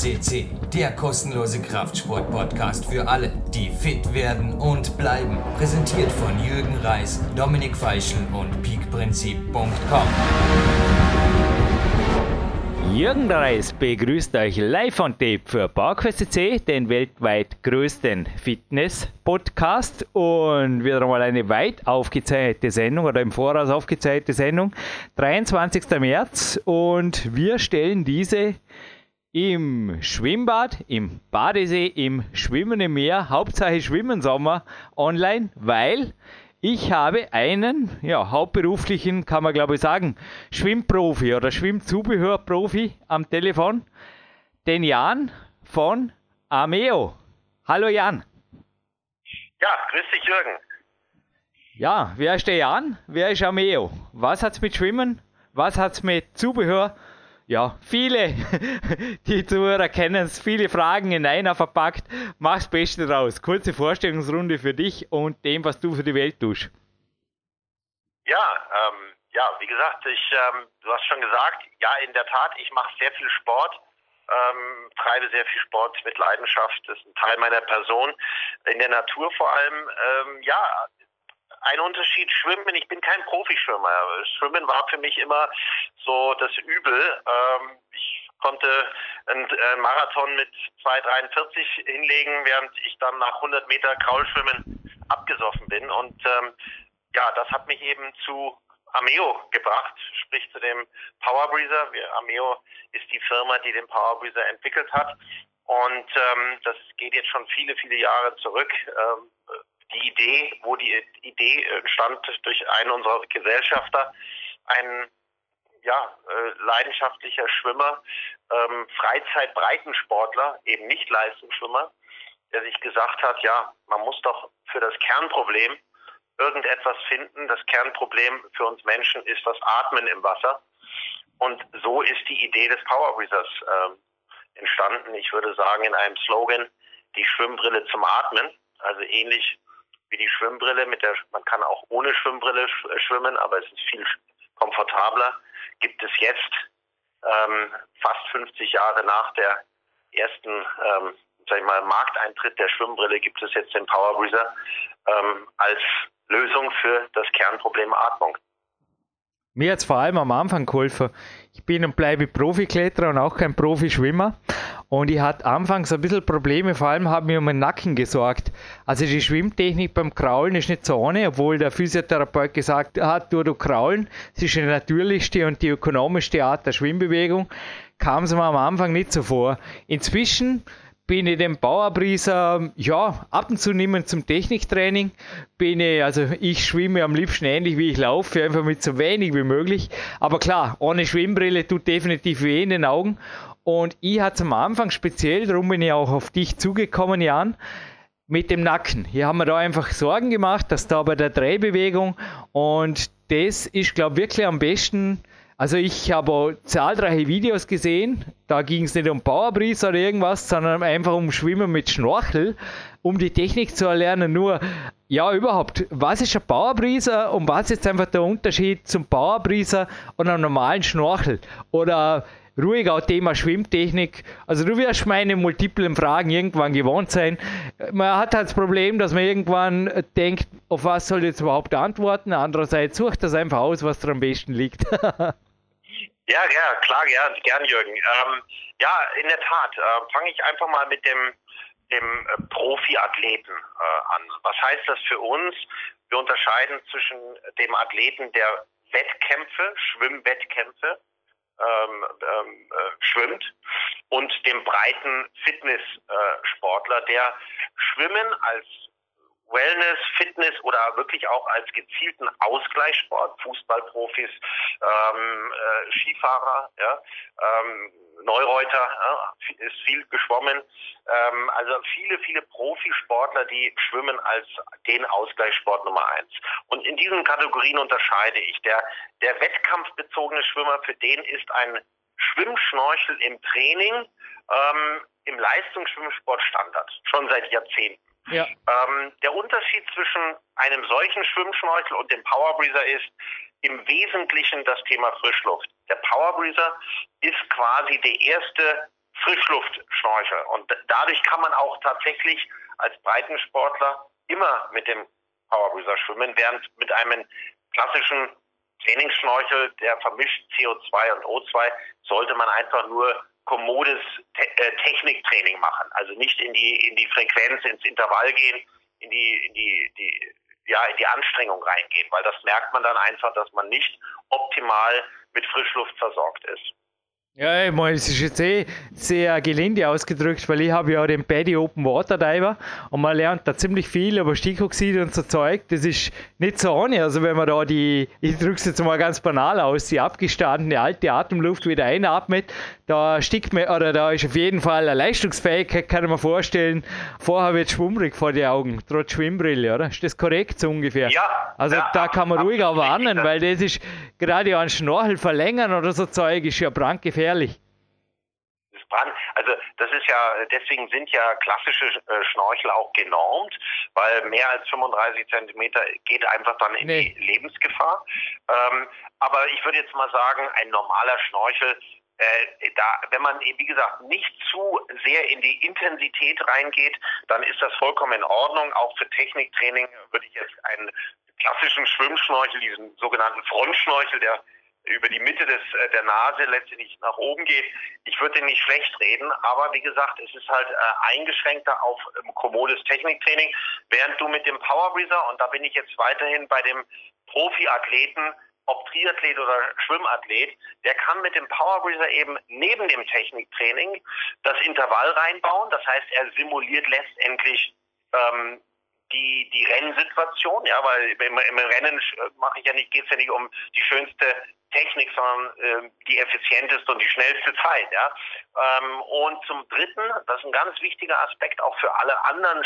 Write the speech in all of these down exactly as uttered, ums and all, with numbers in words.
C C, der kostenlose Kraftsport-Podcast für alle, die fit werden und bleiben. Präsentiert von Jürgen Reis, Dominik Feischl und peakprinzip punkt com. Jürgen Reis begrüßt euch live on tape für PowerQuest C C, den weltweit größten Fitness-Podcast, und wieder einmal eine weit aufgezeichnete Sendung oder im Voraus aufgezeichnete Sendung, dreiundzwanzigster März, und wir stellen diese im Schwimmbad, im Badesee, im schwimmenden Meer, Hauptsache Schwimmen Sommer, online, weil ich habe einen, ja, hauptberuflichen, kann man glaube ich sagen, Schwimmprofi oder Schwimmzubehörprofi am Telefon, den Jan von Ameo. Hallo Jan. Ja, grüß dich Jürgen. Ja, wer ist der Jan? Wer ist Ameo? Was hat's mit Schwimmen? Was hat's mit Zubehör? Ja, viele, die Zuhörer kennen es, viele Fragen in einer verpackt. Mach's Beste draus. Kurze Vorstellungsrunde für dich und dem, was du für die Welt tust. Ja, ähm, ja, wie gesagt, ich, ähm, du hast schon gesagt, ja, in der Tat, ich mache sehr viel Sport, ähm, treibe sehr viel Sport mit Leidenschaft. Das ist ein Teil meiner Person, in der Natur vor allem. Ähm, ja, ein Unterschied, Schwimmen, ich bin kein Profischwimmer. Schwimmen war für mich immer so das Übel. Ähm, ich konnte einen, einen Marathon mit zwei dreiundvierzig hinlegen, während ich dann nach hundert Meter Kraulschwimmen abgesoffen bin. Und ähm, ja, das hat mich eben zu Ameo gebracht, sprich zu dem Powerbreezer. Wir, Ameo ist die Firma, die den Powerbreezer entwickelt hat. Und ähm, das geht jetzt schon viele, viele Jahre zurück. Ähm, Die Idee, wo die Idee entstand durch einen unserer Gesellschafter, ein ja, äh, leidenschaftlicher Schwimmer, ähm, Freizeit-Breitensportler, eben nicht Leistungsschwimmer, der sich gesagt hat, ja, man muss doch für das Kernproblem irgendetwas finden. Das Kernproblem für uns Menschen ist das Atmen im Wasser. Und so ist die Idee des Powerbreezers äh, entstanden. Ich würde sagen, in einem Slogan, die Schwimmbrille zum Atmen, also ähnlich wie die Schwimmbrille, mit der man kann auch ohne Schwimmbrille schwimmen, aber es ist viel komfortabler, gibt es jetzt ähm, fast fünfzig Jahre nach der ersten, ähm, sag ich mal, Markteintritt der Schwimmbrille, gibt es jetzt den Powerbreezer ähm, als Lösung für das Kernproblem Atmung. Mir hat es vor allem am Anfang geholfen. Ich bin und bleibe Profikletterer und auch kein Profischwimmer. Und ich hatte anfangs ein bisschen Probleme, vor allem haben mir um den Nacken gesorgt. Also die Schwimmtechnik beim Kraulen ist nicht so ohne, obwohl der Physiotherapeut gesagt hat, du, du Kraulen, das ist die natürlichste und die ökonomischste Art der Schwimmbewegung, kam es mir am Anfang nicht so vor. Inzwischen bin ich dem Powerbreezer, ja, ab und zu nehmen zum Techniktraining. Bin ich, also ich schwimme am liebsten ähnlich wie ich laufe, einfach mit so wenig wie möglich. Aber klar, ohne Schwimmbrille tut definitiv weh in den Augen. Und ich hatte am Anfang speziell, darum bin ich auch auf dich zugekommen, Jan, mit dem Nacken. Hier haben wir da einfach Sorgen gemacht, dass da bei der Drehbewegung, und das ist, glaube ich, wirklich am besten. Also ich habe zahlreiche Videos gesehen, da ging es nicht um Powerbreezer oder irgendwas, sondern einfach um Schwimmen mit Schnorchel, um die Technik zu erlernen. Nur, ja überhaupt, was ist ein Powerbreezer und was ist einfach der Unterschied zum Powerbreezer und einem normalen Schnorchel? Oder ruhig auch Thema Schwimmtechnik. Also du wirst meine multiplen Fragen irgendwann gewohnt sein. Man hat halt das Problem, dass man irgendwann denkt, auf was soll ich jetzt überhaupt antworten. Andererseits sucht das einfach aus, was dir am besten liegt. Ja, ja, klar, gern, gern Jürgen. Ähm, ja, in der Tat, äh, fange ich einfach mal mit dem, dem äh, Profiathleten äh, an. Was heißt das für uns? Wir unterscheiden zwischen dem Athleten, der Wettkämpfe, Schwimmwettkämpfe, ähm, ähm, äh, schwimmt, und dem breiten Fitnesssportler, äh, der Schwimmen als Wellness, Fitness oder wirklich auch als gezielten Ausgleichssport, Fußballprofis, ähm, äh, Skifahrer, ja, ähm, Neureuter, ja, ist viel geschwommen. Ähm, also viele, viele Profisportler, die schwimmen als den Ausgleichssport Nummer eins. Und in diesen Kategorien unterscheide ich. Der, der wettkampfbezogene Schwimmer, für den ist ein Schwimmschnorchel im Training ähm, im Leistungsschwimmsport Standard, schon seit Jahrzehnten. Ja. Ähm, der Unterschied zwischen einem solchen Schwimmschnorchel und dem Powerbreezer ist im Wesentlichen das Thema Frischluft. Der Powerbreezer ist quasi der erste Frischluftschnorchel. Und dadurch kann man auch tatsächlich als Breitensportler immer mit dem Powerbreather schwimmen, während mit einem klassischen Trainingsschnorchel, der vermischt C O zwei und O zwei, sollte man einfach nur kommodes Te- äh, Techniktraining machen. Also nicht in die in die Frequenz, ins Intervall gehen, in die in die, die ja in die Anstrengung reingehen, weil das merkt man dann einfach, dass man nicht optimal mit Frischluft versorgt ist. Ja, ich meine, es ist jetzt eh sehr gelinde ausgedrückt, weil ich habe ja den Paddy Open Water Diver und man lernt da ziemlich viel über Stickoxid und so Zeug. Das ist nicht so ohne. Also wenn man da die, ich drücke es jetzt mal ganz banal aus, die abgestandene alte Atemluft wieder einatmet, da stickt man, oder da ist auf jeden Fall eine Leistungsfähigkeit, kann ich mir vorstellen, vorher wird schwummrig vor die Augen, trotz Schwimmbrille, oder? Ist das korrekt so ungefähr? Ja. Also ja, da kann man ruhig auch warnen, richtig. weil das ist gerade ein Schnorchel verlängern oder so Zeug ist ja brandgefährlich. Also das ist ja, deswegen sind ja klassische äh, Schnorchel auch genormt, weil mehr als fünfunddreißig Zentimeter geht einfach dann in nee. die Lebensgefahr. Ähm, aber ich würde jetzt mal sagen, ein normaler Schnorchel, äh, da, wenn man, wie gesagt, nicht zu sehr in die Intensität reingeht, dann ist das vollkommen in Ordnung. Auch für Techniktraining würde ich jetzt einen klassischen Schwimmschnorchel, diesen sogenannten Frontschnorchel, der über die Mitte des der Nase letztendlich nach oben geht. Ich würde den nicht schlecht reden, aber wie gesagt, es ist halt äh, eingeschränkter auf ähm, kommodes Techniktraining, während du mit dem Powerbreather, und da bin ich jetzt weiterhin bei dem Profiathleten, ob Triathlet oder Schwimmathlet, der kann mit dem Powerbreather eben neben dem Techniktraining das Intervall reinbauen. Das heißt, er simuliert letztendlich ähm, die die Rennsituation, ja, weil im, im Rennen mache ich ja nicht, geht es ja nicht um die schönste Technik, sondern äh, die effizienteste und die schnellste Zeit, ja. Ähm, und zum Dritten, das ist ein ganz wichtiger Aspekt auch für alle anderen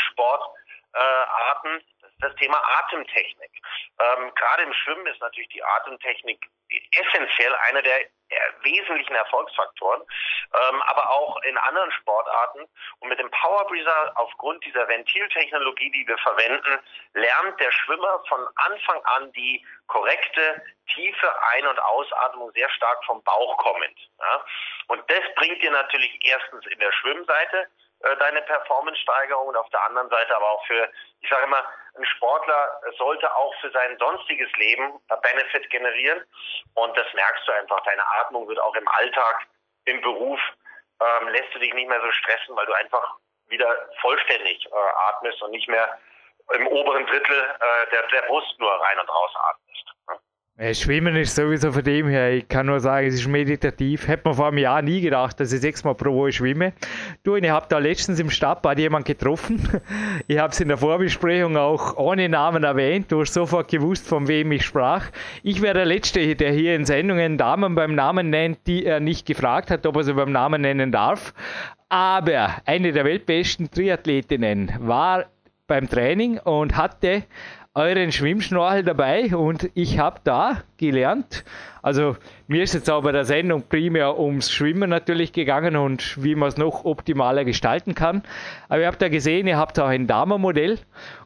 Sportarten, äh, das ist das Thema Atemtechnik. Ähm, gerade im Schwimmen ist natürlich die Atemtechnik essentiell einer der wesentlichen Erfolgsfaktoren, ähm, aber auch in anderen Sportarten. Und mit dem Powerbreather, aufgrund dieser Ventiltechnologie, die wir verwenden, lernt der Schwimmer von Anfang an die korrekte, tiefe Ein- und Ausatmung sehr stark vom Bauch kommend. Ja? Und das bringt dir natürlich erstens in der Schwimmseite äh, deine Performance-Steigerung und auf der anderen Seite aber auch für, ich sage immer, ein Sportler sollte auch für sein sonstiges Leben Benefit generieren. Und das merkst du einfach. Deine Atmung wird auch im Alltag, im Beruf, ähm, lässt du dich nicht mehr so stressen, weil du einfach wieder vollständig äh, atmest und nicht mehr im oberen Drittel äh, der, der Brust nur rein und raus atmest. Ne? Ja, Schwimmen ist sowieso von dem her, ich kann nur sagen, es ist meditativ. Hätte man vor einem Jahr nie gedacht, dass ich sechsmal pro Woche schwimme. Du, ich habe da letztens im Stadtbad jemanden getroffen. Ich habe es in der Vorbesprechung auch ohne Namen erwähnt. Du hast sofort gewusst, von wem ich sprach. Ich wäre der Letzte, der hier in Sendungen Damen beim Namen nennt, die er nicht gefragt hat, ob er sie beim Namen nennen darf. Aber eine der weltbesten Triathletinnen war beim Training und hatte euren Schwimmschnorchel dabei und ich habe da gelernt, also mir ist jetzt auch bei der Sendung primär ums Schwimmen natürlich gegangen und wie man es noch optimaler gestalten kann, aber ihr habt da gesehen, ihr habt auch ein Damenmodell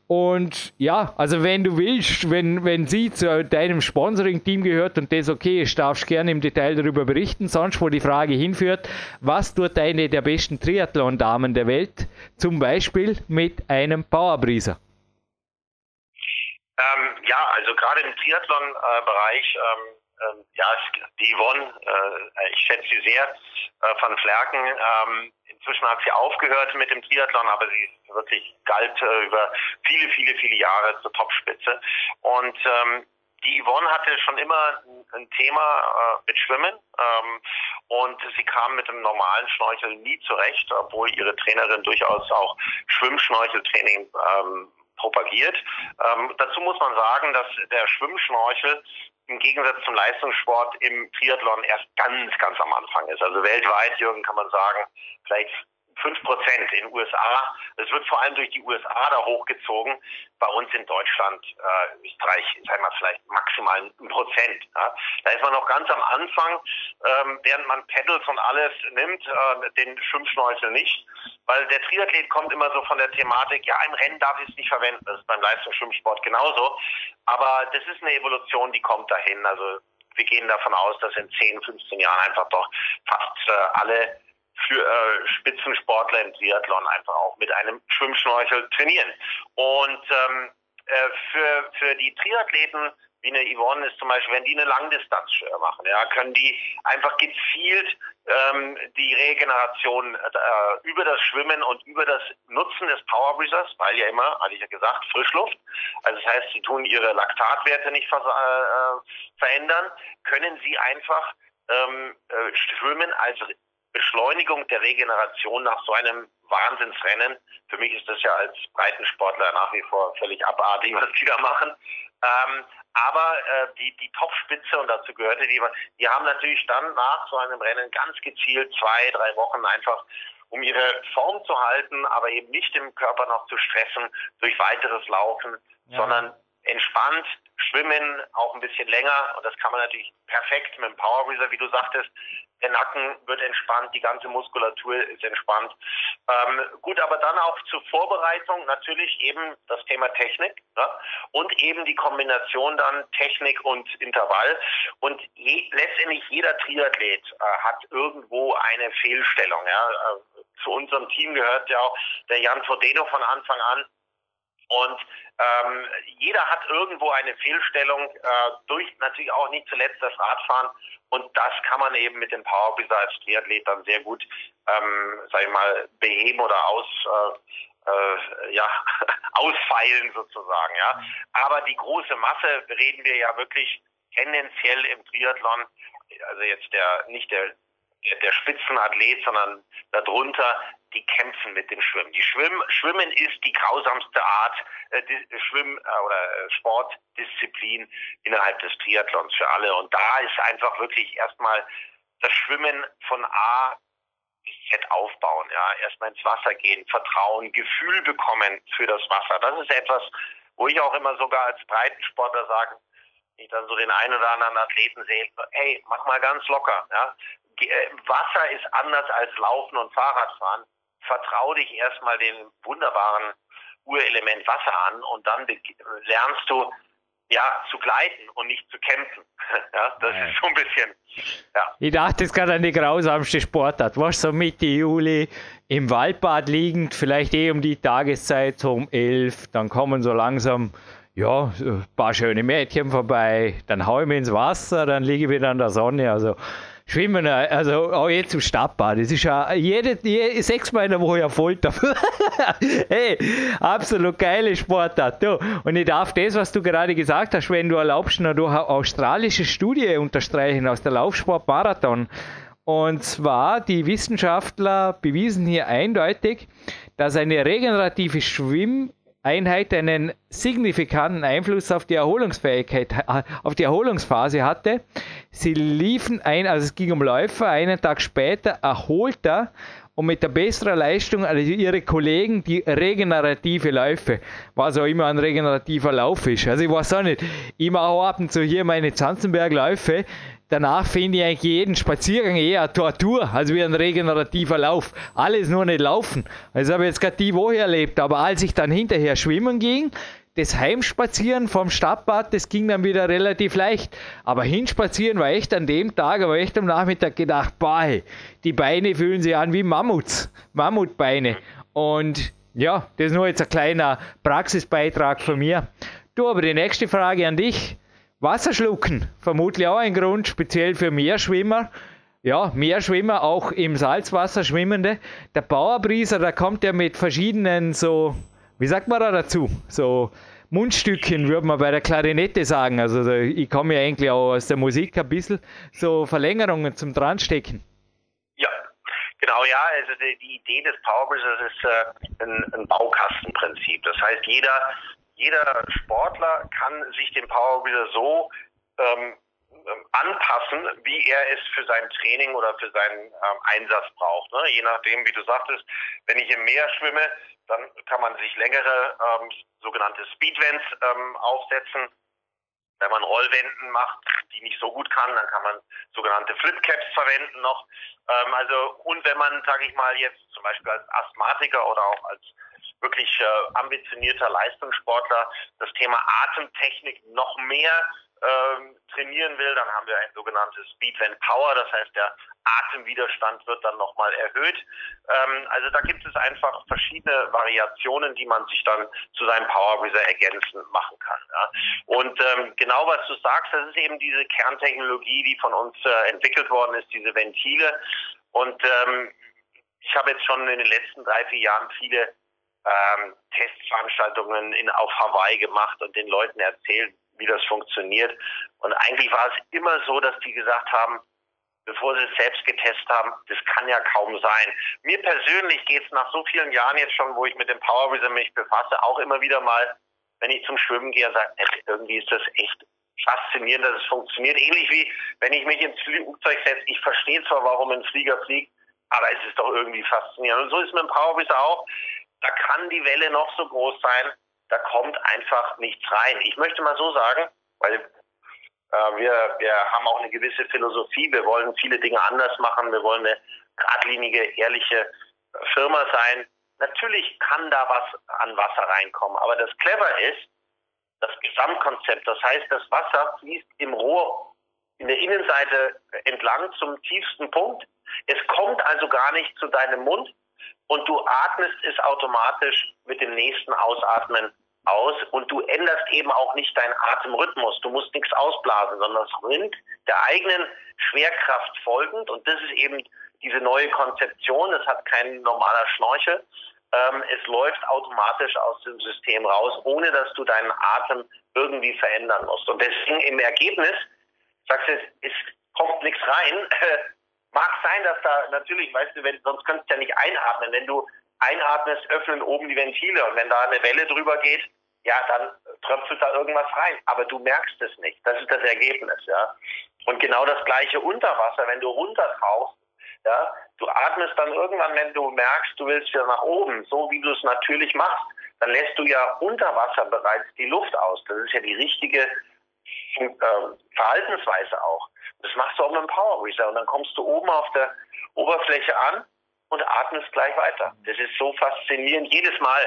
und ja, also wenn du willst, wenn, wenn sie zu deinem Sponsoring-Team gehört und das okay ist, darfst du gerne im Detail darüber berichten, sonst wo die Frage hinführt, was tut eine der besten Triathlon-Damen der Welt, zum Beispiel mit einem Powerbreather? Ähm, ja, also gerade im Triathlon-Bereich, ähm, ähm, ja, die Yvonne, äh, ich schätze sie sehr, äh, van Vlerken, ähm, inzwischen hat sie aufgehört mit dem Triathlon, aber sie ist wirklich galt äh, über viele, viele, viele Jahre zur Topspitze. Und ähm, die Yvonne hatte schon immer ein, ein Thema äh, mit Schwimmen ähm, und sie kam mit dem normalen Schnorchel nie zurecht, obwohl ihre Trainerin durchaus auch Schwimmschnorcheltraining ähm, propagiert. Ähm, dazu muss man sagen, dass der Schwimmschnorchel im Gegensatz zum Leistungssport im Triathlon erst ganz, ganz am Anfang ist. Also weltweit, Jürgen, kann man sagen, vielleicht fünf Prozent in den U S A. Es wird vor allem durch die U S A da hochgezogen. Bei uns in Deutschland, äh, Österreich, sagen wir vielleicht maximal ein Prozent. Ja. Da ist man noch ganz am Anfang, ähm, während man Pedals und alles nimmt, äh, den Schwimmschnorchel nicht. Weil der Triathlet kommt immer so von der Thematik, ja, im Rennen darf ich es nicht verwenden. Das ist beim Leistungsschwimmsport genauso. Aber das ist eine Evolution, die kommt dahin. Also wir gehen davon aus, dass in zehn, fünfzehn Jahren einfach doch fast äh, alle für äh, Spitzensportler im Triathlon einfach auch mit einem Schwimmschnorchel trainieren. Und ähm, äh, für, für die Triathleten, wie eine Yvonne ist zum Beispiel, wenn die eine Langdistanz machen, ja, können die einfach gezielt ähm, die Regeneration äh, über das Schwimmen und über das Nutzen des Power Breathers, weil ja immer, hatte ich ja gesagt, Frischluft, also das heißt, sie tun ihre Laktatwerte nicht vers- äh, verändern, können sie einfach ähm, äh, schwimmen als Beschleunigung der Regeneration nach so einem Wahnsinnsrennen. Für mich ist das ja als Breitensportler nach wie vor völlig abartig, was die da machen. Ähm, aber äh, die, die Topspitze, und dazu gehörte die, die haben natürlich dann nach so einem Rennen ganz gezielt zwei, drei Wochen einfach, um ihre Form zu halten, aber eben nicht im Körper noch zu stressen durch weiteres Laufen, ja. sondern entspannt schwimmen, auch ein bisschen länger. Und das kann man natürlich perfekt mit dem Power Breather, wie du sagtest. Der Nacken wird entspannt, die ganze Muskulatur ist entspannt. Ähm, gut, aber dann auch zur Vorbereitung natürlich eben das Thema Technik, ne? Und eben die Kombination dann Technik und Intervall. Und je, letztendlich jeder Triathlet äh, hat irgendwo eine Fehlstellung. Ja? Äh, zu unserem Team gehört ja auch der Jan Frodeno von Anfang an. Und ähm, jeder hat irgendwo eine Fehlstellung, äh, durch natürlich auch nicht zuletzt das Radfahren. Und das kann man eben mit dem Power Breather als Triathlet dann sehr gut, ähm, sag ich mal, beheben oder aus, äh, äh, ja, ausfeilen sozusagen. Ja. Aber die große Masse reden wir ja wirklich tendenziell im Triathlon, also jetzt der nicht der der Spitzenathlet, sondern darunter, die kämpfen mit dem Schwimmen. Die Schwimmen, Schwimmen ist die grausamste Art äh, die, Schwimm- äh, oder Sportdisziplin innerhalb des Triathlons für alle. Und da ist einfach wirklich erstmal das Schwimmen von A bis Z aufbauen. Ja, erstmal ins Wasser gehen, Vertrauen, Gefühl bekommen für das Wasser. Das ist etwas, wo ich auch immer sogar als Breitensportler sage, ich dann so den einen oder anderen Athleten sehe, hey, mach mal ganz locker. Ja. Wasser ist anders als Laufen und Fahrradfahren. Vertrau dich erstmal dem wunderbaren Urelement Wasser an und dann lernst du ja zu gleiten und nicht zu kämpfen. Ja, das ja. ist so ein bisschen. Ja. Ich dachte, das ist gerade eine grausamste Sportart. Was so Mitte Juli im Waldbad liegend, vielleicht eh um die Tageszeit, so um elf, dann kommen so langsam ja, ein paar schöne Mädchen vorbei, dann hau ich mich ins Wasser, dann liege ich wieder in der Sonne, also Schwimmen, also auch jetzt im Stadtbad, das ist ja jede, jede sechsmal in der Woche ja Folter. Hey, absolut geile Sportart. Du. Und ich darf das, was du gerade gesagt hast, wenn du erlaubst, noch durch eine australische Studie unterstreichen aus der Laufsport-Marathon. Und zwar, die Wissenschaftler bewiesen hier eindeutig, dass eine regenerative Schwimm Einheit einen signifikanten Einfluss auf die Erholungsfähigkeit, auf die Erholungsphase hatte. Sie liefen ein, also es ging um Läufer, einen Tag später erholter und mit der besseren Leistung als ihre Kollegen die regenerative Läufe, was auch immer ein regenerativer Lauf ist. Also ich weiß auch nicht, ich mache auch ab und zu hier meine Zanzenberg-Läufe. Danach finde ich eigentlich jeden Spaziergang eher eine Tortur, also wie ein regenerativer Lauf. Alles nur nicht laufen. Also habe ich jetzt gerade die Woche erlebt, aber als ich dann hinterher schwimmen ging, das Heimspazieren vom Stadtbad, das ging dann wieder relativ leicht. Aber hinspazieren war echt an dem Tag, aber echt am Nachmittag gedacht, boah, hey, die Beine fühlen sich an wie Mammuts, Mammutbeine. Und ja, das ist nur jetzt ein kleiner Praxisbeitrag von mir. Du, aber die nächste Frage an dich. Wasser schlucken, vermutlich auch ein Grund, speziell für Meerschwimmer. Ja, Meerschwimmer, auch im Salzwasser schwimmende. Der Power Breather, da kommt ja mit verschiedenen so, wie sagt man da dazu? So Mundstückchen, würde man bei der Klarinette sagen. Also ich komme ja eigentlich auch aus der Musik ein bisschen, so Verlängerungen zum Dranstecken. Ja, genau, ja, also die, die Idee des Power Breathers ist äh, ein, ein Baukastenprinzip. Das heißt, jeder Jeder Sportler kann sich dem Power Breather so ähm, anpassen, wie er es für sein Training oder für seinen ähm, Einsatz braucht. Ne? Je nachdem, wie du sagtest, wenn ich im Meer schwimme, dann kann man sich längere ähm, sogenannte Speedvents ähm, aufsetzen. Wenn man Rollwenden macht, die nicht so gut kann, dann kann man sogenannte Flipcaps verwenden noch. Ähm, also und wenn man, sage ich mal, jetzt zum Beispiel als Asthmatiker oder auch als wirklich äh, ambitionierter Leistungssportler das Thema Atemtechnik noch mehr ähm, trainieren will, dann haben wir ein sogenanntes Speed When Power, das heißt, der Atemwiderstand wird dann nochmal erhöht. Ähm, also da gibt es einfach verschiedene Variationen, die man sich dann zu seinem Power Breather ergänzend machen kann. Ja. Und ähm, genau was du sagst, das ist eben diese Kerntechnologie, die von uns äh, entwickelt worden ist, diese Ventile. Und ähm, ich habe jetzt schon in den letzten drei, vier Jahren viele ähm, Testveranstaltungen in, auf Hawaii gemacht und den Leuten erzählt, wie das funktioniert. Und eigentlich war es immer so, dass die gesagt haben, bevor sie es selbst getestet haben, das kann ja kaum sein. Mir persönlich geht es nach so vielen Jahren jetzt schon, wo ich mit dem Power Breather mich befasse, auch immer wieder mal, wenn ich zum Schwimmen gehe und sage, irgendwie ist das echt faszinierend, dass es funktioniert. Ähnlich wie, wenn ich mich ins Flugzeug setze, ich verstehe zwar, warum ein Flieger fliegt, aber es ist doch irgendwie faszinierend. Und so ist es mit dem Power Breather auch. Da kann die Welle noch so groß sein, da kommt einfach nichts rein. Ich möchte mal so sagen, weil äh, wir, wir haben auch eine gewisse Philosophie, wir wollen viele Dinge anders machen, wir wollen eine geradlinige, ehrliche Firma sein. Natürlich kann da was an Wasser reinkommen, aber das Clever ist, das Gesamtkonzept, das heißt, das Wasser fließt im Rohr in der Innenseite entlang zum tiefsten Punkt. Es kommt also gar nicht zu deinem Mund und du atmest es automatisch mit dem nächsten Ausatmen aus und du änderst eben auch nicht deinen Atemrhythmus. Du musst nichts ausblasen, sondern es rinnt der eigenen Schwerkraft folgend und das ist eben diese neue Konzeption. Es hat kein normaler Schnorchel. Ähm, es läuft automatisch aus dem System raus, ohne dass du deinen Atem irgendwie verändern musst. Und deswegen im Ergebnis, sagst du, es kommt nichts rein. Mag sein, dass da natürlich, weißt du, wenn, sonst könntest du ja nicht einatmen. Wenn du einatmest, öffnen oben die Ventile und wenn da eine Welle drüber geht, ja, dann tröpfelt da irgendwas rein. Aber du merkst es nicht. Das ist das Ergebnis, ja. Und genau das Gleiche unter Wasser, wenn du runtertauchst, ja, du atmest dann irgendwann, wenn du merkst, du willst wieder nach oben, so wie du es natürlich machst, dann lässt du ja unter Wasser bereits die Luft aus. Das ist ja die richtige äh, Verhaltensweise auch. Das machst du auch mit dem Power Breather und dann kommst du oben auf der Oberfläche an und atmest gleich weiter. Das ist so faszinierend jedes Mal.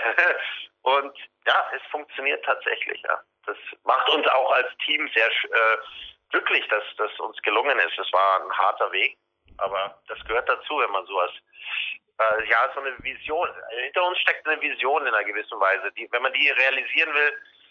Und ja, es funktioniert tatsächlich. Ja. Das macht uns auch als Team sehr äh, glücklich, dass das uns gelungen ist. Es war ein harter Weg, aber das gehört dazu, wenn man sowas, äh, ja, so eine Vision, hinter uns steckt eine Vision in einer gewissen Weise, die, wenn man die realisieren will.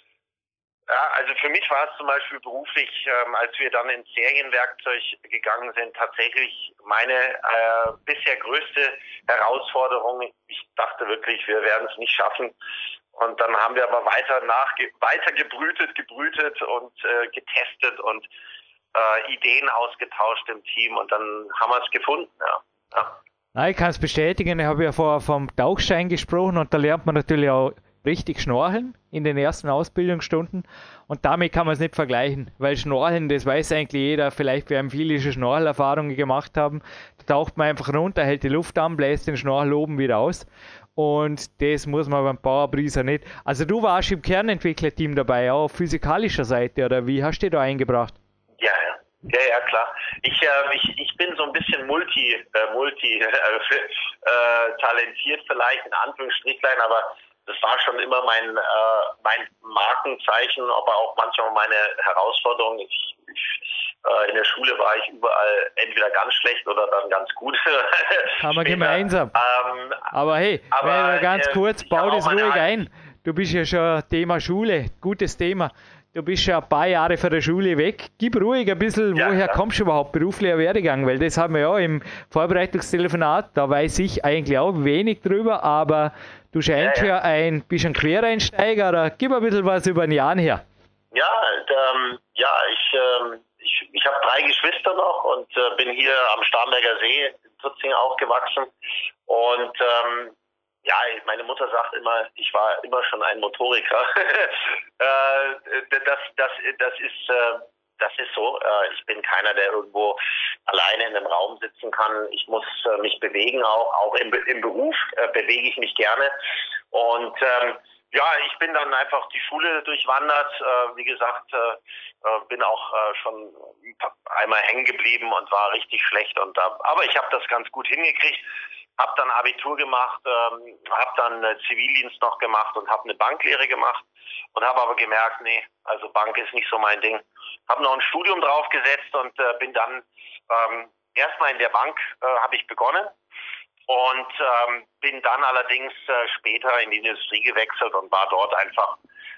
Ja, also für mich war es zum Beispiel beruflich, ähm, als wir dann ins Serienwerkzeug gegangen sind, tatsächlich meine äh, bisher größte Herausforderung. Ich dachte wirklich, wir werden es nicht schaffen. Und dann haben wir aber weiter nach, weiter gebrütet, gebrütet und äh, getestet und äh, Ideen ausgetauscht im Team und dann haben wir es gefunden. Ja. Ja. Nein, ich kann es bestätigen. Ich habe ja vorher vom Tauchschein gesprochen und da lernt man natürlich auch richtig schnorcheln in den ersten Ausbildungsstunden und damit kann man es nicht vergleichen, weil Schnorcheln, das weiß eigentlich jeder, vielleicht wir haben viele schon Schnorchelerfahrungen gemacht haben, da taucht man einfach runter, hält die Luft an, bläst den Schnorchel oben wieder aus und das muss man beim Power Breather nicht. Also du warst im Kernentwicklerteam dabei, auch auf physikalischer Seite, oder wie hast du dich da eingebracht? Ja, ja. Ja, ja, klar. Ich, äh, ich, ich bin so ein bisschen multi, äh, multi äh, äh, talentiert vielleicht, in Anführungsstrichlein, aber das war schon immer mein, äh, mein Markenzeichen, aber auch manchmal meine Herausforderung. Ich, ich, äh, in der Schule war ich überall entweder ganz schlecht oder dann ganz gut. Haben wir gemeinsam. Ähm, aber hey, aber, ganz kurz, äh, bau das ruhig ein. Du bist ja schon Thema Schule, gutes Thema. Du bist ja ein paar Jahre von der Schule weg. Gib ruhig ein bisschen, ja, woher ja. kommst du überhaupt, beruflicher Werdegang? Weil das haben wir ja im Vorbereitungstelefonat, da weiß ich eigentlich auch wenig drüber, aber du scheinst ja, ja. ja ein, bist ein Quereinsteiger, oder gib ein bisschen was über den Jan her. Ja, ähm, ja, ich, ähm, ich, ich habe drei Geschwister noch und äh, bin hier am Starnberger See in Tutzing aufgewachsen und ähm, ja, meine Mutter sagt immer, ich war immer schon ein Motoriker. das, das, das ist, das ist so. Ich bin keiner, der irgendwo alleine in einem Raum sitzen kann. Ich muss mich bewegen auch. Auch im, im Beruf bewege ich mich gerne. Und ähm, ja, ich bin dann einfach die Schule durchwandert. Äh, wie gesagt, äh, bin auch äh, schon einmal hängen geblieben und war richtig schlecht. Und, äh, aber ich habe das ganz gut hingekriegt. Hab dann Abitur gemacht, ähm, hab dann äh, Zivildienst noch gemacht und habe eine Banklehre gemacht und habe aber gemerkt, nee, also Bank ist nicht so mein Ding. Habe noch ein Studium draufgesetzt und äh, bin dann ähm, erstmal in der Bank äh, habe ich begonnen und ähm, bin dann allerdings äh, später in die Industrie gewechselt und war dort einfach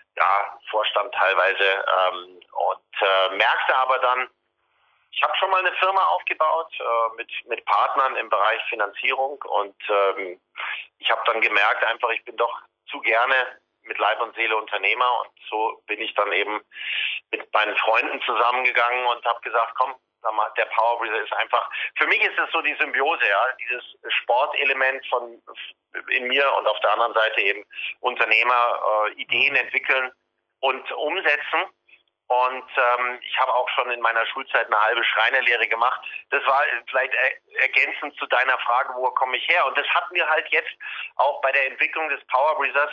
ja Vorstand teilweise ähm, und äh, merkte aber dann, ich habe schon mal eine Firma aufgebaut äh, mit mit Partnern im Bereich Finanzierung und ähm, ich habe dann gemerkt einfach, ich bin doch zu gerne mit Leib und Seele Unternehmer und so bin ich dann eben mit meinen Freunden zusammengegangen und habe gesagt, komm, der Power Breather ist einfach, für mich ist es so die Symbiose, ja, dieses Sportelement von in mir und auf der anderen Seite eben Unternehmer, äh, Ideen entwickeln und umsetzen. Und ähm, ich habe auch schon in meiner Schulzeit eine halbe Schreinerlehre gemacht. Das war vielleicht er- ergänzend zu deiner Frage, wo komme ich her? Und das hat mir halt jetzt auch bei der Entwicklung des Power Breathers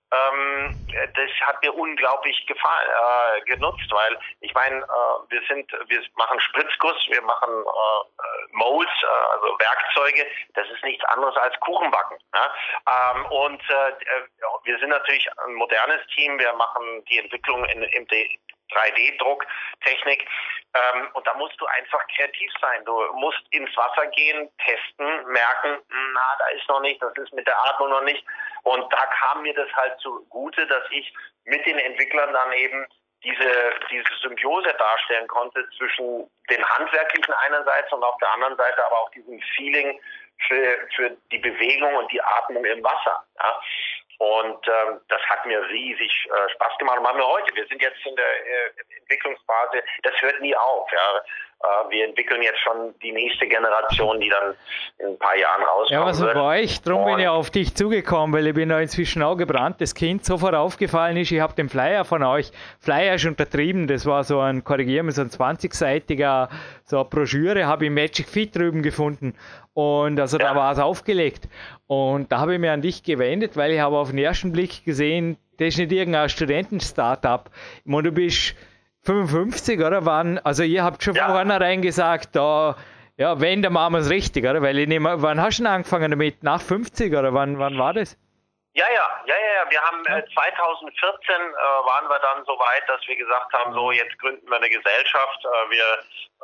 Ähm, das hat mir unglaublich gefallen, äh, genutzt, weil ich meine, äh, wir sind, wir machen Spritzguss, wir machen äh, Molds, äh, also Werkzeuge. Das ist nichts anderes als Kuchenbacken. Ne? Ähm, und äh, wir sind natürlich ein modernes Team. Wir machen die Entwicklung in, in drei D-Drucktechnik. Ähm, und da musst du einfach kreativ sein. Du musst ins Wasser gehen, testen, merken, na, da ist noch nicht, das ist mit der Atmung noch nicht. Und da kam mir das halt zugute, dass ich mit den Entwicklern dann eben diese, diese Symbiose darstellen konnte zwischen dem Handwerklichen einerseits und auf der anderen Seite aber auch diesem Feeling für, für die Bewegung und die Atmung im Wasser. Ja. Und ähm, das hat mir riesig äh, Spaß gemacht. Und machen wir heute. Wir sind jetzt in der äh, Entwicklungsphase. Das hört nie auf. Ja. Äh, wir entwickeln jetzt schon die nächste Generation, die dann in ein paar Jahren rauskommt. Ja, was bei euch, darum bin ich auf dich zugekommen, weil ich bin da inzwischen auch gebranntes Kind. Sofort aufgefallen ist, ich habe den Flyer von euch, Flyer ist untertrieben, das war so ein, korrigieren wir, so ein zwanzigseitiger, so eine Broschüre, habe ich Magic Fit drüben gefunden. Und also ja. Da war es aufgelegt. Und da habe ich mir an dich gewendet, weil ich habe auf den ersten Blick gesehen, das ist nicht irgendein Studenten-Startup. Ich meine, du bist fünfundfünfzig, oder? Wann, also ihr habt schon ja. von vornherein gesagt, da, ja, wenn, dann machen wir es richtig, oder? Weil ich nehme, wann hast du denn angefangen damit? Nach fünfzig, oder wann, wann war das? Ja, ja, ja, ja, wir haben äh, zwanzig vierzehn äh, waren wir dann so weit, dass wir gesagt haben, so jetzt gründen wir eine Gesellschaft. Äh, wir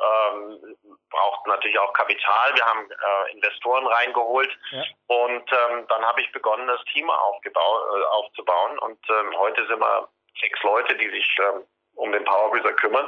ähm, brauchten natürlich auch Kapital, wir haben äh, Investoren reingeholt ja. und ähm, dann habe ich begonnen, das Team aufgebau- äh, aufzubauen und ähm, heute sind wir sechs Leute, die sich ähm, um den Power Breather kümmern.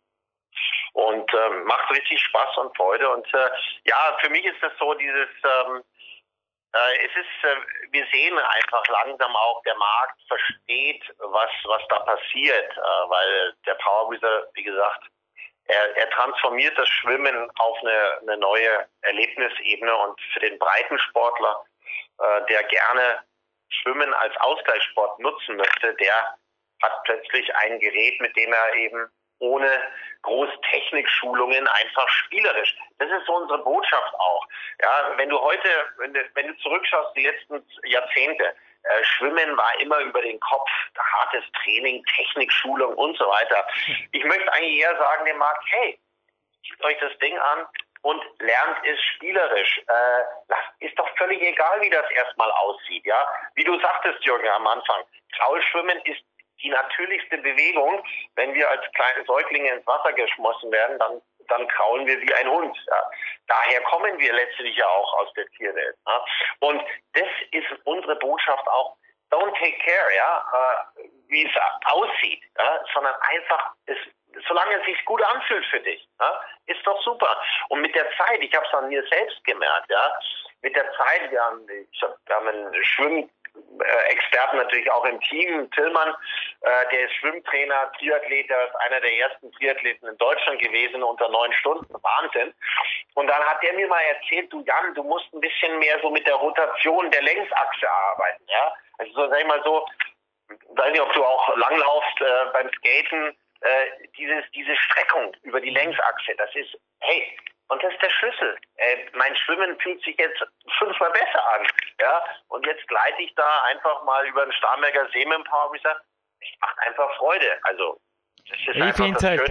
Und ähm, macht richtig Spaß und Freude. Und äh, ja, für mich ist das so dieses, ähm, äh, es ist, äh, wir sehen einfach langsam auch, der Markt versteht, was was da passiert, äh, weil der Power Breather, wie gesagt, er, er transformiert das Schwimmen auf eine, eine neue Erlebnisebene und für den Breitensportler, äh, der gerne Schwimmen als Ausgleichssport nutzen möchte, der hat plötzlich ein Gerät, mit dem er eben ohne große Technikschulungen einfach spielerisch. Das ist so unsere Botschaft auch. Ja, wenn du heute, wenn du, wenn du zurückschaust, die letzten Jahrzehnte, äh, Schwimmen war immer über den Kopf, hartes Training, Technikschulung und so weiter. Ich möchte eigentlich eher sagen dem Markt, hey, zieht euch das Ding an und lernt es spielerisch. Äh, das ist doch völlig egal, wie das erstmal aussieht. Ja, wie du sagtest, Jürgen, am Anfang, Kraulschwimmen ist die natürlichste Bewegung. Wenn wir als kleine Säuglinge ins Wasser geschmissen werden, dann, dann kraulen wir wie ein Hund. Ja. Daher kommen wir letztlich ja auch aus der Tierwelt. Ja. Und das ist unsere Botschaft auch. Don't take care, ja, äh, wie es aussieht, ja, sondern einfach, es, solange es sich gut anfühlt für dich, ja, ist doch super. Und mit der Zeit, ich habe es an mir selbst gemerkt, ja, mit der Zeit, wir haben, ich hab, wir haben einen Schwimm Experten natürlich auch im Team. Tillmann, äh, der ist Schwimmtrainer, Triathlet, der ist einer der ersten Triathleten in Deutschland gewesen unter neun Stunden. Wahnsinn. Und dann hat der mir mal erzählt, du Jan, du musst ein bisschen mehr so mit der Rotation der Längsachse arbeiten. Ja? Also so, sag ich mal so, ich weiß nicht, ob du auch langlaufst äh, beim Skaten, äh, dieses, diese Streckung über die Längsachse, das ist, hey, und das ist der Schlüssel. Äh, mein Schwimmen fühlt sich jetzt fünfmal besser an. Ja? Und jetzt gleite ich da einfach mal über den Starnberger See mit dem Power Breather. Es macht einfach Freude. Also, das ist ich einfach das halt Schöne.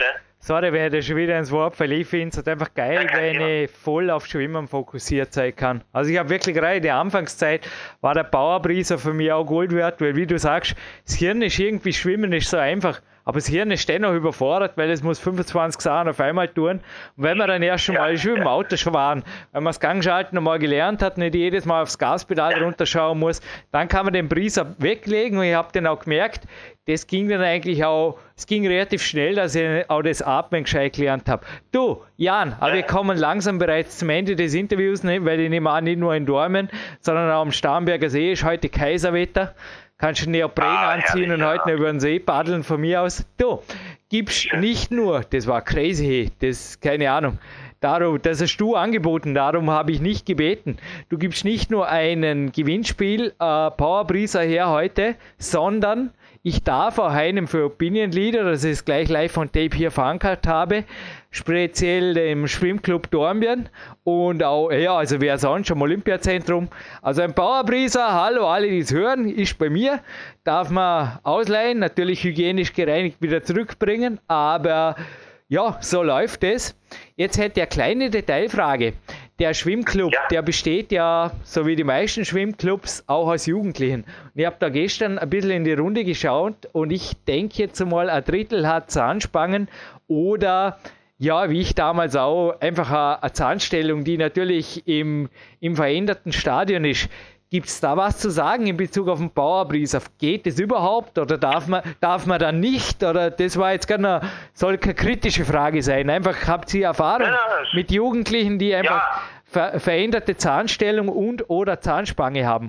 sorry, wer da schon wieder ins Wort verlief, ich finde es halt einfach geil, ja, wenn ich voll auf Schwimmen fokussiert sein kann. Also ich habe wirklich gerade in der Anfangszeit war der Powerbrieser für mich auch Gold wert, weil wie du sagst, das Hirn ist irgendwie, Schwimmen ist so einfach. Aber das Hirn ist dennoch überfordert, weil es muss fünfundzwanzig Sachen auf einmal tun. Und wenn man dann erst schon mal schon im Auto schon waren, wenn man das Gangschalten einmal gelernt hat, nicht jedes Mal aufs Gaspedal runterschauen muss, dann kann man den Brieser weglegen. Und ich habe dann auch gemerkt, das ging dann eigentlich auch, es ging relativ schnell, dass ich auch das Atmen gescheit gelernt habe. Du, Jan, aber wir kommen langsam bereits zum Ende des Interviews, weil ich nehme an, nicht nur in Dormen, sondern auch am Starnberger See ist heute Kaiserwetter. Kannst du Neopren ah, anziehen herrlich, und heute ja. über den See paddeln von mir aus. Du, gibst nicht nur, das war crazy, das, keine Ahnung, darum, das hast du angeboten, darum habe ich nicht gebeten. Du gibst nicht nur einen Gewinnspiel, äh, Powerbrieser her heute, sondern ich darf auch einen für Opinion Leader, das ist gleich live on tape hier verankert habe, speziell dem Schwimmclub Dornbirn und auch, ja, also wer sonst am Olympiazentrum. Also ein Powerbrieser, hallo alle, die es hören, ist bei mir, darf man ausleihen, natürlich hygienisch gereinigt wieder zurückbringen, aber ja, so läuft es. Jetzt hätte ich eine kleine Detailfrage. Der Schwimmclub, ja. der besteht ja, so wie die meisten Schwimmclubs, auch aus Jugendlichen. Und ich habe da gestern ein bisschen in die Runde geschaut und ich denke jetzt mal, ein Drittel hat Zahnspangen oder, ja, wie ich damals auch, einfach eine, eine Zahnstellung, die natürlich im, im veränderten Stadion ist. Gibt es da was zu sagen in Bezug auf den Powerbrieser? Geht das überhaupt oder darf man, darf man da nicht? Oder das war jetzt gar eine, soll keine kritische Frage sein. Einfach habt ihr Erfahrung ja, mit Jugendlichen, die einfach ja. ver veränderte Zahnstellung und oder Zahnspange haben?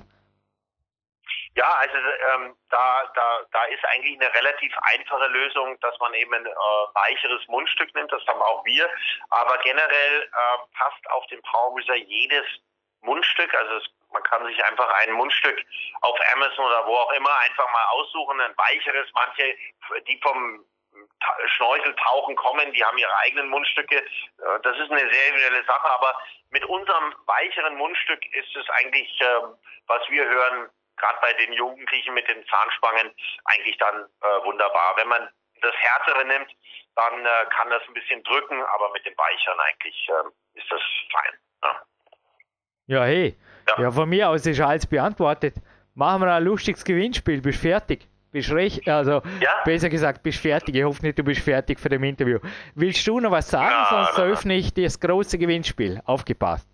Ja, also ähm, da, da, da ist eigentlich eine relativ einfache Lösung, dass man eben ein äh, weicheres Mundstück nimmt. Das haben auch wir. Aber generell äh, passt auf den Powerbrieser jedes Mundstück, also es, man kann sich einfach ein Mundstück auf Amazon oder wo auch immer einfach mal aussuchen, ein weicheres, manche, die vom Schnorcheltauchen kommen, die haben ihre eigenen Mundstücke, das ist eine sehr individuelle Sache, aber mit unserem weicheren Mundstück ist es eigentlich, was wir hören, gerade bei den Jugendlichen mit den Zahnspangen, eigentlich dann wunderbar. Wenn man das Härtere nimmt, dann kann das ein bisschen drücken, aber mit dem Weicheren eigentlich ist das fein. Ja. Ja, hey. Ja. ja, von mir aus ist alles beantwortet. Machen wir ein lustiges Gewinnspiel. Bist fertig? Bist recht? Also, ja? Besser gesagt, bist fertig. Ich hoffe nicht, du bist fertig für dem Interview. Willst du noch was sagen? Ja, sonst eröffne ich das große Gewinnspiel. Aufgepasst.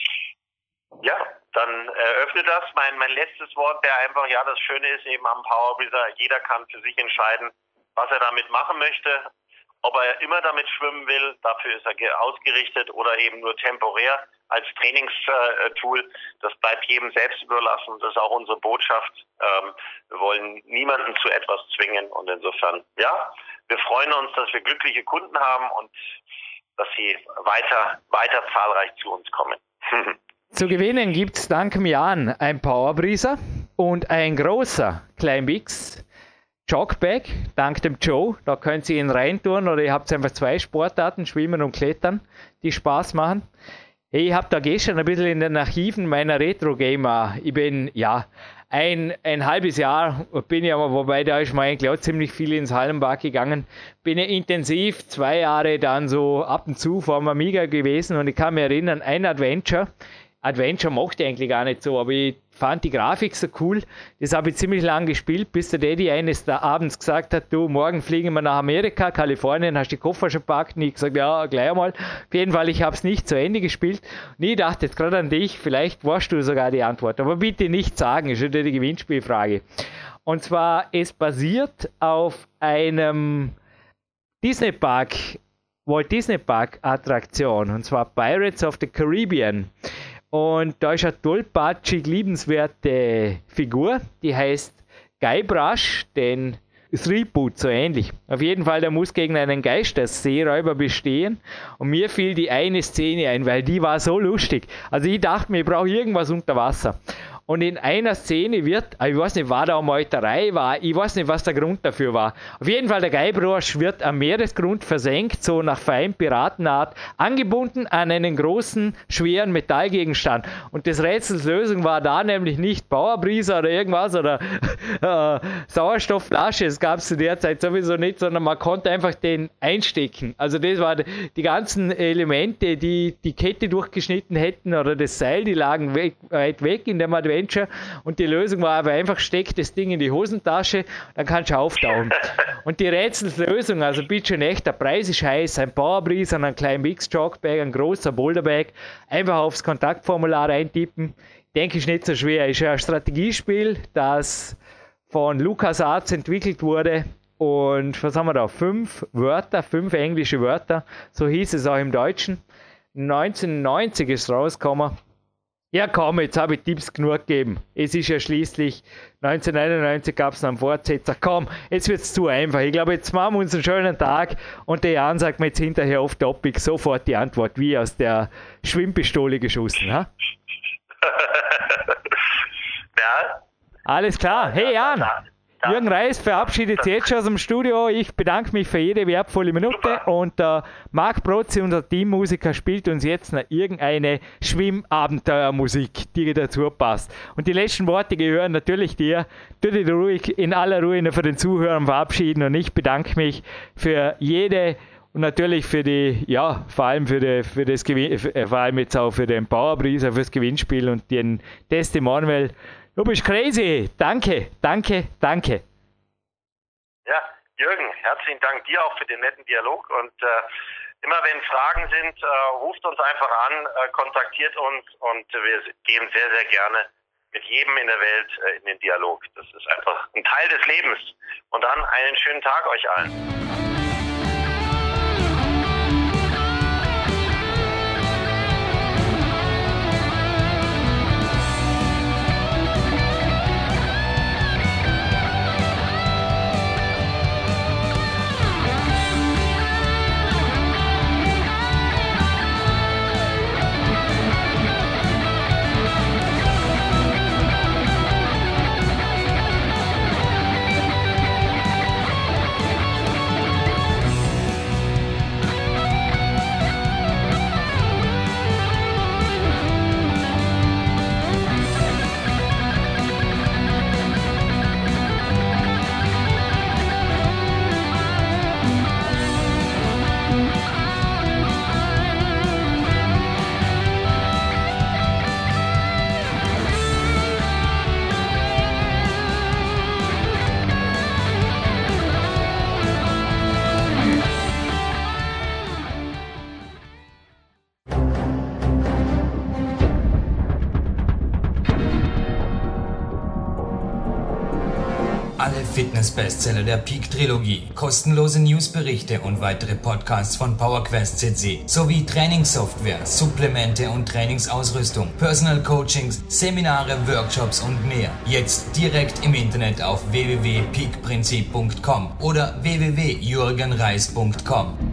Ja, dann eröffne das. Mein, mein letztes Wort wäre einfach, ja, das Schöne ist eben am Powerbrieser, jeder kann für sich entscheiden, was er damit machen möchte. Ob er immer damit schwimmen will, dafür ist er ausgerichtet oder eben nur temporär als Trainingstool. Das bleibt jedem selbst überlassen. Das ist auch unsere Botschaft. Wir wollen niemanden zu etwas zwingen und insofern, ja, wir freuen uns, dass wir glückliche Kunden haben und dass sie weiter, weiter zahlreich zu uns kommen. Zu gewinnen gibt es dank Jan ein Powerbrieser und ein großer Climbix Jogbag, dank dem Joe. Da könnt ihr ihn reintun oder ihr habt einfach zwei Sportarten, Schwimmen und Klettern, die Spaß machen. Hey, ich habe da gestern ein bisschen in den Archiven meiner Retro-Gamer, ich bin, ja, ein, ein halbes Jahr bin ich aber, wobei da ist mir eigentlich auch ziemlich viel ins Hallenbad gegangen, bin ich intensiv zwei Jahre dann so ab und zu vor dem Amiga gewesen und ich kann mich erinnern, ein Adventure, Adventure mochte ich eigentlich gar nicht so, aber ich fand die Grafik so cool. Das habe ich ziemlich lang gespielt, bis der Daddy eines da abends gesagt hat, du, morgen fliegen wir nach Amerika, Kalifornien, hast die Koffer schon gepackt? Und ich gesagt, ja, gleich einmal. Auf jeden Fall, ich habe es nicht zu Ende gespielt. Und ich dachte jetzt gerade an dich, vielleicht weißt du sogar die Antwort. Aber bitte nicht sagen, ist wieder die Gewinnspielfrage. Und zwar, es basiert auf einem Disney Park, Walt Disney Park Attraktion. Und zwar Pirates of the Caribbean. Und da ist eine tollpatschig liebenswerte Figur, die heißt Guybrush, denn das Reboot so ähnlich. Auf jeden Fall, der muss gegen einen Geisterseeräuber bestehen. Und mir fiel die eine Szene ein, weil die war so lustig. Also ich dachte mir, ich brauche irgendwas unter Wasser. Und in einer Szene wird, ich weiß nicht, war da eine Meuterei, war, ich weiß nicht, was der Grund dafür war. Auf jeden Fall, der Guybrush wird am Meeresgrund versenkt, so nach fein Piratenart, angebunden an einen großen, schweren Metallgegenstand. Und das Rätsels Lösung war da nämlich nicht Powerbreezer oder irgendwas oder äh, Sauerstoffflasche, das gab es zu der Zeit sowieso nicht, sondern man konnte einfach den einstecken. Also das waren die ganzen Elemente, die die Kette durchgeschnitten hätten oder das Seil, die lagen weg, weit weg in dem Adventure. Und die Lösung war aber einfach, steck das Ding in die Hosentasche, dann kannst du auftauchen. Und die Rätselslösung, also bitte schon echt, der Preis ist heiß, ein Powerbreeze, ein kleiner Mix-Chalk-Bag, ein großer Boulder-Bag, einfach aufs Kontaktformular eintippen. Denke ich nicht so schwer. Ist ja ein Strategiespiel, das von LucasArts entwickelt wurde. Und was haben wir da? Fünf Wörter, fünf englische Wörter, so hieß es auch im Deutschen. neunzehnhundertneunzig ist rausgekommen. Ja komm, jetzt habe ich Tipps genug gegeben. Es ist ja schließlich neunzehnhundertneunundneunzig gab es noch einen Fortsetzer. Komm, jetzt wird es zu einfach. Ich glaube, jetzt machen wir uns einen schönen Tag und der Jan sagt mir jetzt hinterher off topic sofort die Antwort, wie aus der Schwimmpistole geschossen. Ha? Ja. Alles klar. Hey Jan, ja. Jürgen Reis verabschiedet sich jetzt schon aus dem Studio. Ich bedanke mich für jede wertvolle Minute. Super. Und äh, Marc Protzi, unser Teammusiker, spielt uns jetzt noch irgendeine Schwimmabenteuermusik, die dazu passt. Und die letzten Worte gehören natürlich dir. Du dich ruhig in aller Ruhe noch für den Zuhörern verabschieden. Und ich bedanke mich für jede und natürlich für die, ja, vor allem für, die, für das Gewinn, vor allem jetzt auch für den Powerbreeze, fürs Gewinnspiel und den Testimonial. Du bist crazy. Danke, danke, danke. Ja, Jürgen, herzlichen Dank dir auch für den netten Dialog. Und äh, immer wenn Fragen sind, äh, ruft uns einfach an, äh, kontaktiert uns und wir gehen sehr, sehr gerne mit jedem in der Welt äh, in den Dialog. Das ist einfach ein Teil des Lebens. Und dann einen schönen Tag euch allen. Fitness-Bestseller der Peak-Trilogie, kostenlose Newsberichte und weitere Podcasts von PowerQuest C C sowie Trainingssoftware, Supplemente und Trainingsausrüstung, Personal Coachings, Seminare, Workshops und mehr. Jetzt direkt im Internet auf w w w punkt peak prinzip punkt com oder w w w punkt jürgen reis punkt com.